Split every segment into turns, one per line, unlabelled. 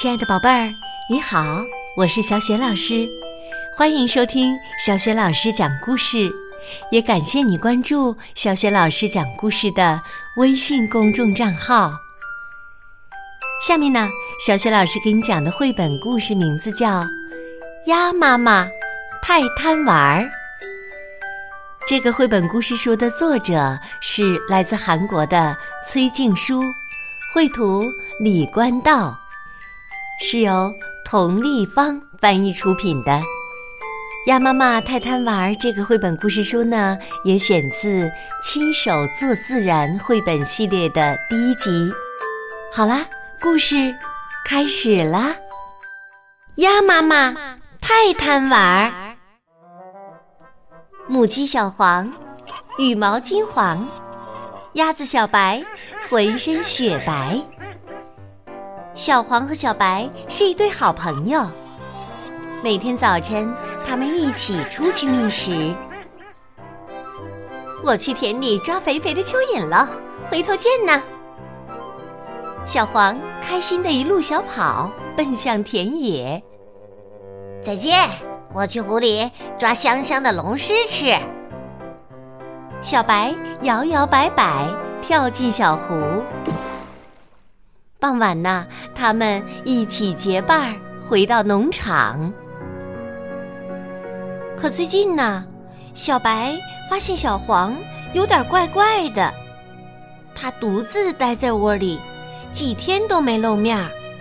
亲爱的宝贝儿，你好，我是小雪老师，欢迎收听小雪老师讲故事，也感谢你关注小雪老师讲故事的微信公众账号。下面呢，小雪老师给你讲的绘本故事名字叫《鸭妈妈太贪玩》。这个绘本故事书的作者是来自韩国的崔静书，绘图李官道，是由佟丽芳翻译出品的。鸭妈妈太贪玩这个绘本故事书呢，也选自亲手做自然绘本系列的第1集。好啦，故事开始啦。鸭妈妈太贪玩。母鸡小黄羽毛金黄，鸭子小白浑身雪白。小黄和小白是一对好朋友，每天早晨他们一起出去觅食。我去田里抓肥肥的蚯蚓了，回头见呢。小黄开心地一路小跑，奔向田野。
再见，我去湖里抓香香的龙虱吃。
小白摇摇摆摆跳进小湖。傍晚呢，他们一起结伴回到农场。可最近呢，小白发现小黄有点怪怪的，他独自待在窝里，几天都没露面。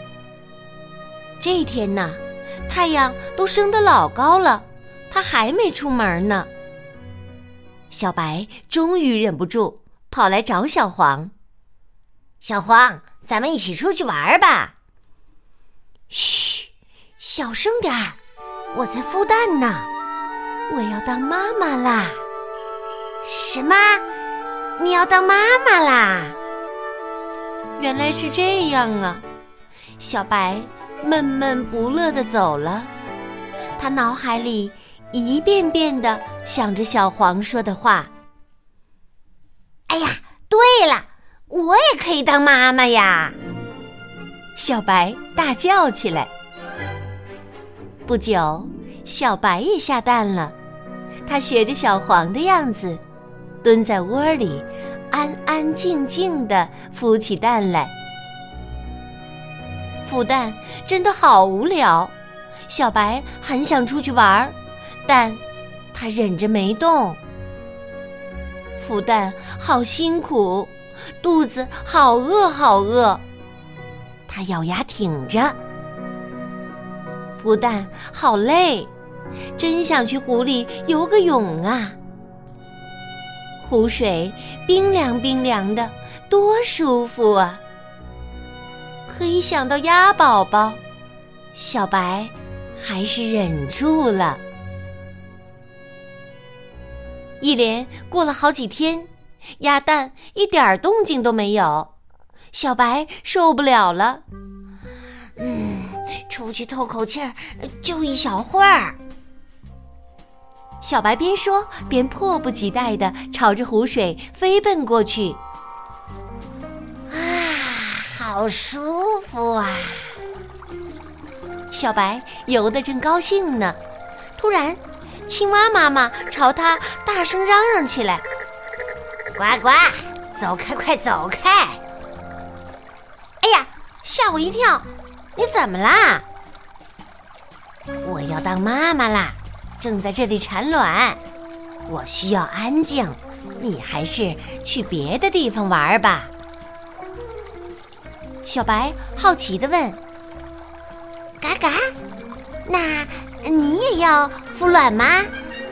这天呢，太阳都升得老高了，他还没出门呢。小白终于忍不住跑来找小黄。
小黄，咱们一起出去玩吧。
嘘，小声点儿，我在孵蛋呢，我要当妈妈啦。
什么？你要当妈妈啦？
原来是这样啊。小白闷闷不乐地走了，他脑海里一遍遍地想着小黄说的话。
哎呀，对了，我也可以当妈妈呀！
小白大叫起来。不久，小白也下蛋了，他学着小黄的样子，蹲在窝里，安安静静地孵起蛋来。孵蛋真的好无聊，小白很想出去玩，但他忍着没动。孵蛋好辛苦，肚子好饿好饿，他咬牙挺着。孵蛋好累，真想去湖里游个泳啊。湖水冰凉冰凉的，多舒服啊。可一想到鸭宝宝，小白还是忍住了。一连过了好几天，鸭蛋一点动静都没有，小白受不了了。
出去透口气儿，就一小会儿。
小白边说边迫不及待地朝着湖水飞奔过去。
好舒服啊！
小白游得正高兴呢，突然青蛙妈妈朝他大声嚷嚷起来：
呱呱，走开，快走开！
哎呀，吓我一跳，你怎么啦？
我要当妈妈啦，正在这里产卵，我需要安静，你还是去别的地方玩吧。
小白好奇地问：
嘎嘎，那你也要孵卵吗？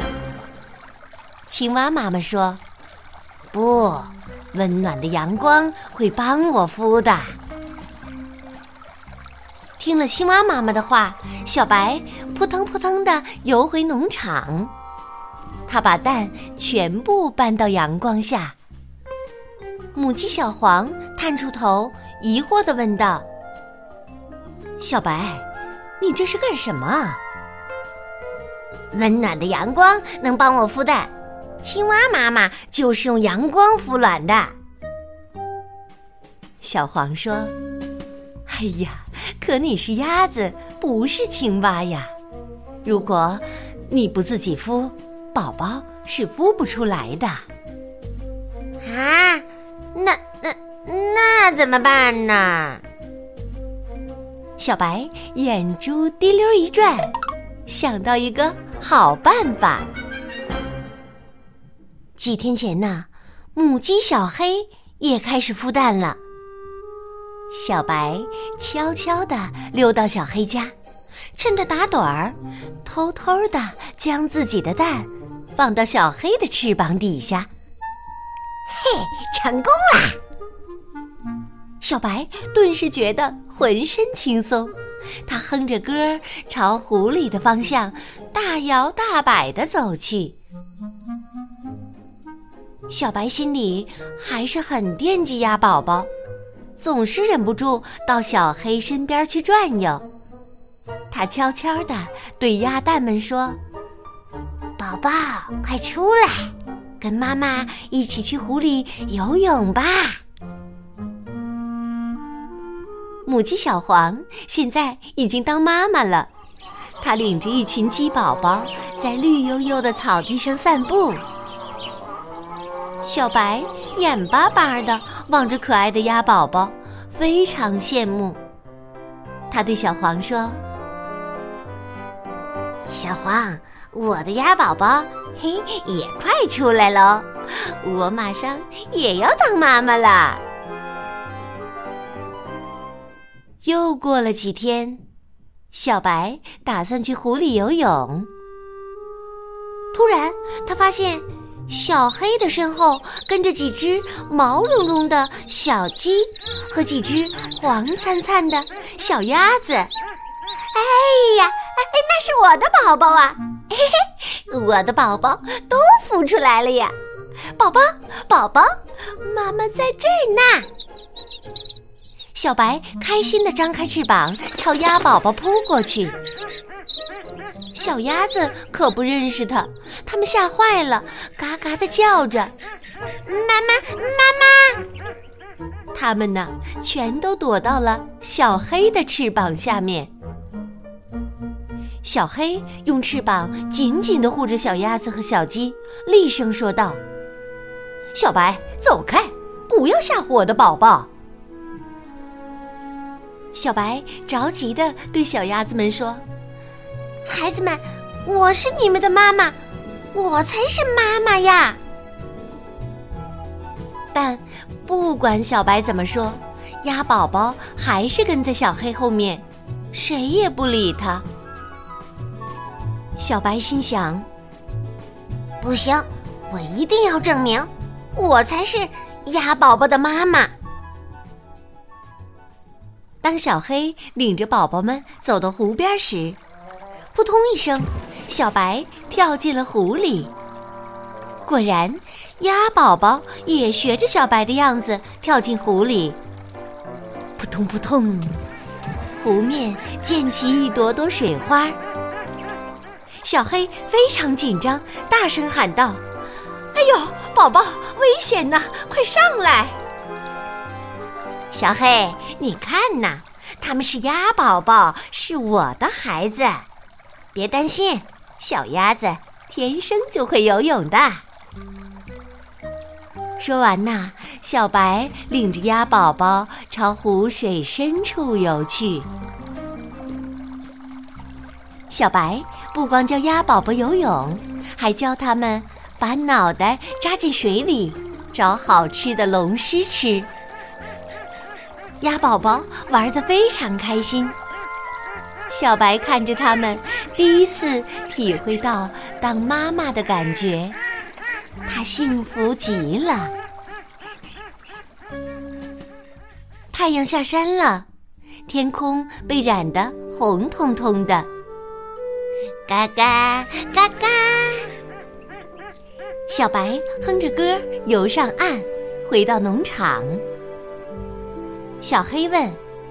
青蛙妈妈说：不，温暖的阳光会帮我孵的。听了青蛙妈妈的话，小白扑腾扑腾地游回农场，他把蛋全部搬到阳光下。母鸡小黄探出头，疑惑地问道：小白，你这是干什么？
温暖的阳光能帮我孵蛋，青蛙妈妈就是用阳光孵卵的。
小黄说：哎呀， 可你是鸭子，不是青蛙呀。如果你不自己孵，宝宝是孵不出来的。
啊，那怎么办呢？
小白眼珠滴溜一转，想到一个好办法。几天前呢，母鸡小黑也开始孵蛋了。小白悄悄地溜到小黑家，趁它打盹儿，偷偷地将自己的蛋放到小黑的翅膀底下。
嘿，成功啦！
小白顿时觉得浑身轻松，他哼着歌朝湖里的方向大摇大摆地走去。小白心里还是很惦记鸭宝宝，总是忍不住到小黑身边去转悠。他悄悄地对鸭蛋们说：“
宝宝，快出来，跟妈妈一起去湖里游泳吧。”
母鸡小黄现在已经当妈妈了，她领着一群鸡宝宝在绿油油的草地上散步。小白眼巴巴地望着可爱的鸭宝宝，非常羡慕。他对小黄说：“
小黄，我的鸭宝宝嘿也快出来喽，我马上也要当妈妈啦。”
又过了几天，小白打算去湖里游泳。突然他发现小黑的身后跟着几只毛茸茸的小鸡和几只黄灿灿的小鸭子。
哎呀，那是我的宝宝啊！嘿嘿，我的宝宝都孵出来了呀！
宝宝，妈妈在这儿呢！小白开心地张开翅膀朝鸭宝宝扑过去。小鸭子可不认识它，它们吓坏了，嘎嘎地叫着：“
妈妈！”
它们呢，全都躲到了小黑的翅膀下面。小黑用翅膀紧紧地护着小鸭子和小鸡，厉声说道：“小白，走开，不要吓唬我的宝宝。”小白着急地对小鸭子们说：“
孩子们，我是你们的妈妈，我才是妈妈呀！”
但不管小白怎么说，鸭宝宝还是跟在小黑后面，谁也不理他。小白心想：
不行，我一定要证明我才是鸭宝宝的妈妈。
当小黑领着宝宝们走到湖边时，扑通一声，小白跳进了湖里。果然，鸭宝宝也学着小白的样子跳进湖里。扑通扑通，湖面溅起一朵朵水花。小黑非常紧张，大声喊道：“哎呦，宝宝，危险呐，快上来！”
小黑，你看呐，他们是鸭宝宝，是我的孩子。别担心，小鸭子天生就会游泳的。
说完呐，小白领着鸭宝宝朝湖水深处游去。小白不光教鸭宝宝游泳，还教他们把脑袋扎进水里，找好吃的龙虱吃。鸭宝宝玩得非常开心，小白看着他们第一次体会到当妈妈的感觉，他幸福极了。太阳下山了，天空被染得红彤彤的。
嘎嘎嘎嘎，
小白哼着歌游上岸，回到农场。小黑问：“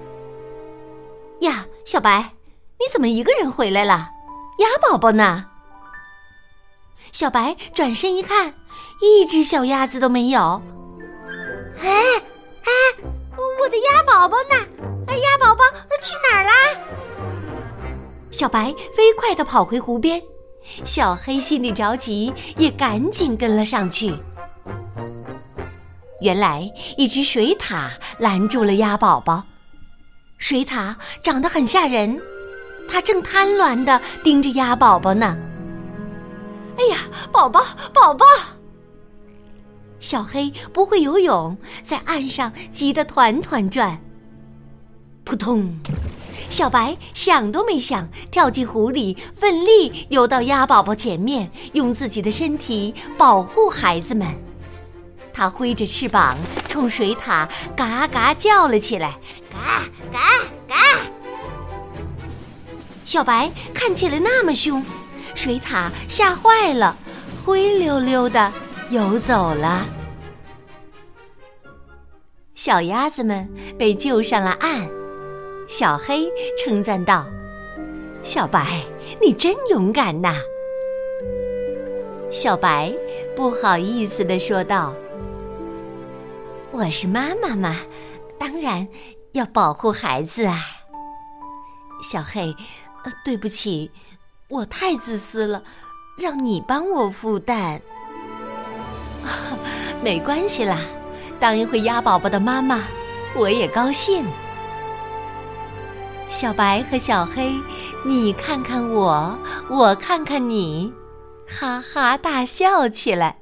呀，小白，你怎么一个人回来了？鸭宝宝呢？”小白转身一看，一只小鸭子都没有。
哎，我的鸭宝宝呢？鸭宝宝去哪
小白飞快地跑回湖边，小黑心里着急，也赶紧跟了上去。原来一只水獭拦住了鸭宝宝，水獭长得很吓人，它正贪婪地盯着鸭宝宝呢。哎呀，宝宝，宝宝！小黑不会游泳，在岸上急得团团转。扑通！小白想都没想，跳进湖里，奋力游到鸭宝宝前面，用自己的身体保护孩子们。他挥着翅膀，冲水獭嘎嘎叫了起来，
嘎嘎嘎！
小白看起来那么凶，水獭吓坏了，灰溜溜地游走了。小鸭子们被救上了岸，小黑称赞道：“小白，你真勇敢呐！”小白不好意思地说道：“我是妈妈嘛，当然要保护孩子啊。”小黑，对不起，我太自私了，让你帮我负担。没关系啦，当一回鸭宝宝的妈妈，我也高兴。小白和小黑，你看看我，我看看你，哈哈大笑起来。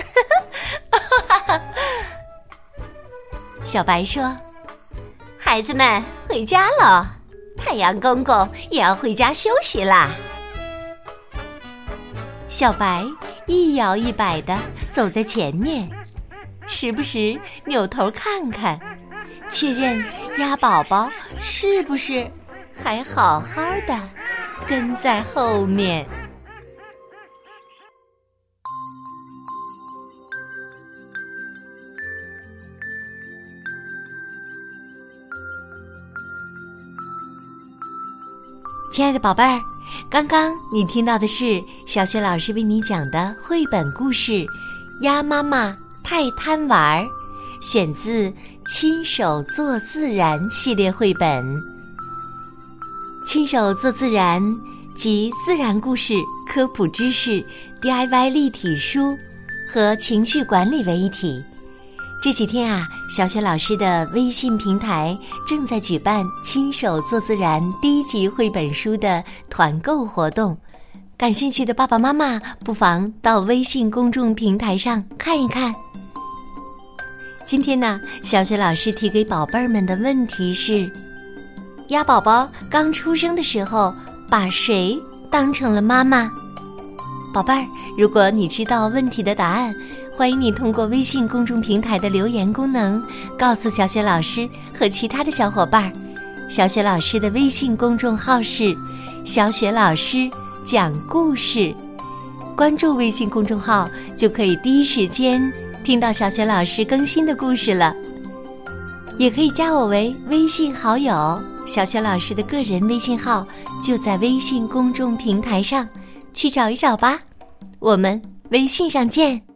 小白说：“孩子们回家喽，太阳公公也要回家休息啦。”小白一摇一摆地走在前面，时不时扭头看看，确认鸭宝宝是不是还好好的跟在后面。亲爱的宝贝儿，刚刚你听到的是小雪老师为你讲的绘本故事《鸭妈妈太贪玩》，选自《亲手做自然》系列绘本。亲手做自然集自然故事、科普知识、DIY 立体书和情绪管理为一体。这几天啊，小雪老师的微信平台正在举办亲手做自然第1集绘本书的团购活动，感兴趣的爸爸妈妈不妨到微信公众平台上看一看。今天呢，小雪老师提给宝贝儿们的问题是：鸭宝宝刚出生的时候，把谁当成了妈妈？宝贝儿，如果你知道问题的答案，欢迎你通过微信公众平台的留言功能告诉小雪老师和其他的小伙伴。小雪老师的微信公众号是小雪老师讲故事，关注微信公众号就可以第一时间听到小雪老师更新的故事了。也可以加我为微信好友，小雪老师的个人微信号就在微信公众平台上，去找一找吧。我们微信上见。